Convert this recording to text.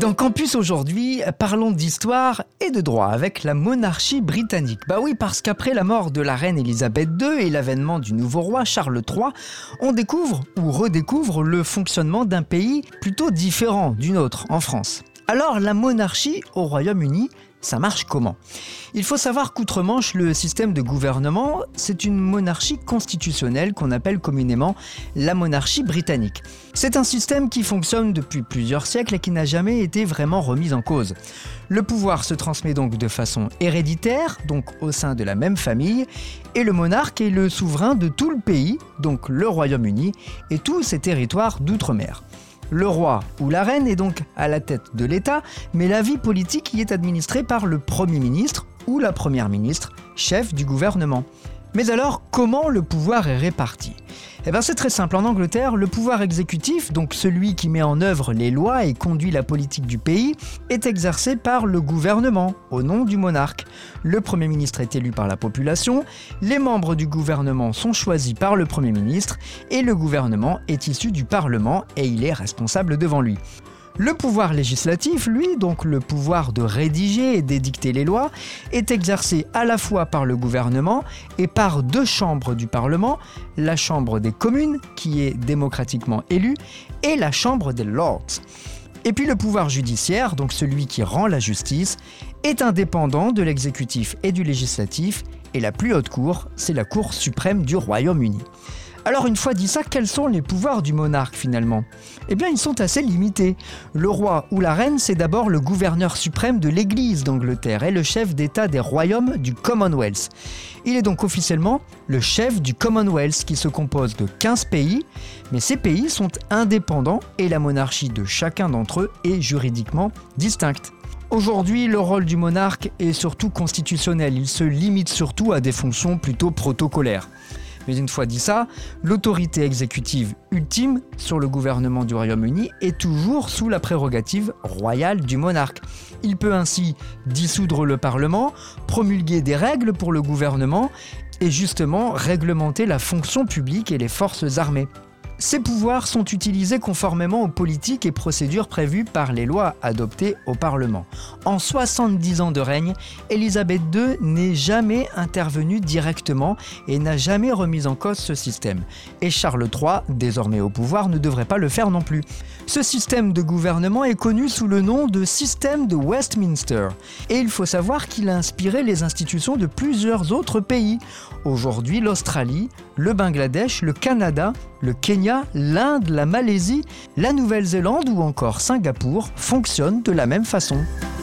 Dans Campus aujourd'hui, parlons d'histoire et de droit avec la monarchie britannique. Bah oui, parce qu'après la mort de la reine Elisabeth II et l'avènement du nouveau roi Charles III, on découvre ou redécouvre le fonctionnement d'un pays plutôt différent du nôtre en France. Alors la monarchie au Royaume-Uni, ça marche comment ? Il faut savoir qu'outre-Manche, le système de gouvernement, c'est une monarchie constitutionnelle qu'on appelle communément la monarchie britannique. C'est un système qui fonctionne depuis plusieurs siècles et qui n'a jamais été vraiment remis en cause. Le pouvoir se transmet donc de façon héréditaire, donc au sein de la même famille, et le monarque est le souverain de tout le pays, donc le Royaume-Uni, et tous ses territoires d'outre-mer. Le roi ou la reine est donc à la tête de l'État, mais la vie politique y est administrée par le Premier ministre ou la Première ministre, chef du gouvernement. Mais alors, comment le pouvoir est réparti ? C'est très simple. En Angleterre, le pouvoir exécutif, donc celui qui met en œuvre les lois et conduit la politique du pays, est exercé par le gouvernement, au nom du monarque. Le Premier ministre est élu par la population, les membres du gouvernement sont choisis par le Premier ministre, et le gouvernement est issu du Parlement et il est responsable devant lui. Le pouvoir législatif, lui, donc le pouvoir de rédiger et d'édicter les lois, est exercé à la fois par le gouvernement et par deux chambres du Parlement, la Chambre des communes, qui est démocratiquement élue, et la Chambre des Lords. Et puis le pouvoir judiciaire, donc celui qui rend la justice, est indépendant de l'exécutif et du législatif, et la plus haute cour, c'est la Cour suprême du Royaume-Uni. Alors une fois dit ça, quels sont les pouvoirs du monarque finalement ? Ils sont assez limités. Le roi ou la reine, c'est d'abord le gouverneur suprême de l'Église d'Angleterre et le chef d'État des royaumes du Commonwealth. Il est donc officiellement le chef du Commonwealth qui se compose de 15 pays, mais ces pays sont indépendants et la monarchie de chacun d'entre eux est juridiquement distincte. Aujourd'hui, le rôle du monarque est surtout constitutionnel, il se limite surtout à des fonctions plutôt protocolaires. Mais une fois dit ça, l'autorité exécutive ultime sur le gouvernement du Royaume-Uni est toujours sous la prérogative royale du monarque. Il peut ainsi dissoudre le Parlement, promulguer des règles pour le gouvernement et justement réglementer la fonction publique et les forces armées. Ces pouvoirs sont utilisés conformément aux politiques et procédures prévues par les lois adoptées au Parlement. En 70 ans de règne, Elisabeth II n'est jamais intervenue directement et n'a jamais remis en cause ce système. Et Charles III, désormais au pouvoir, ne devrait pas le faire non plus. Ce système de gouvernement est connu sous le nom de système de Westminster. Et il faut savoir qu'il a inspiré les institutions de plusieurs autres pays. Aujourd'hui, l'Australie, le Bangladesh, le Canada, le Kenya, l'Inde, la Malaisie, la Nouvelle-Zélande ou encore Singapour fonctionnent de la même façon.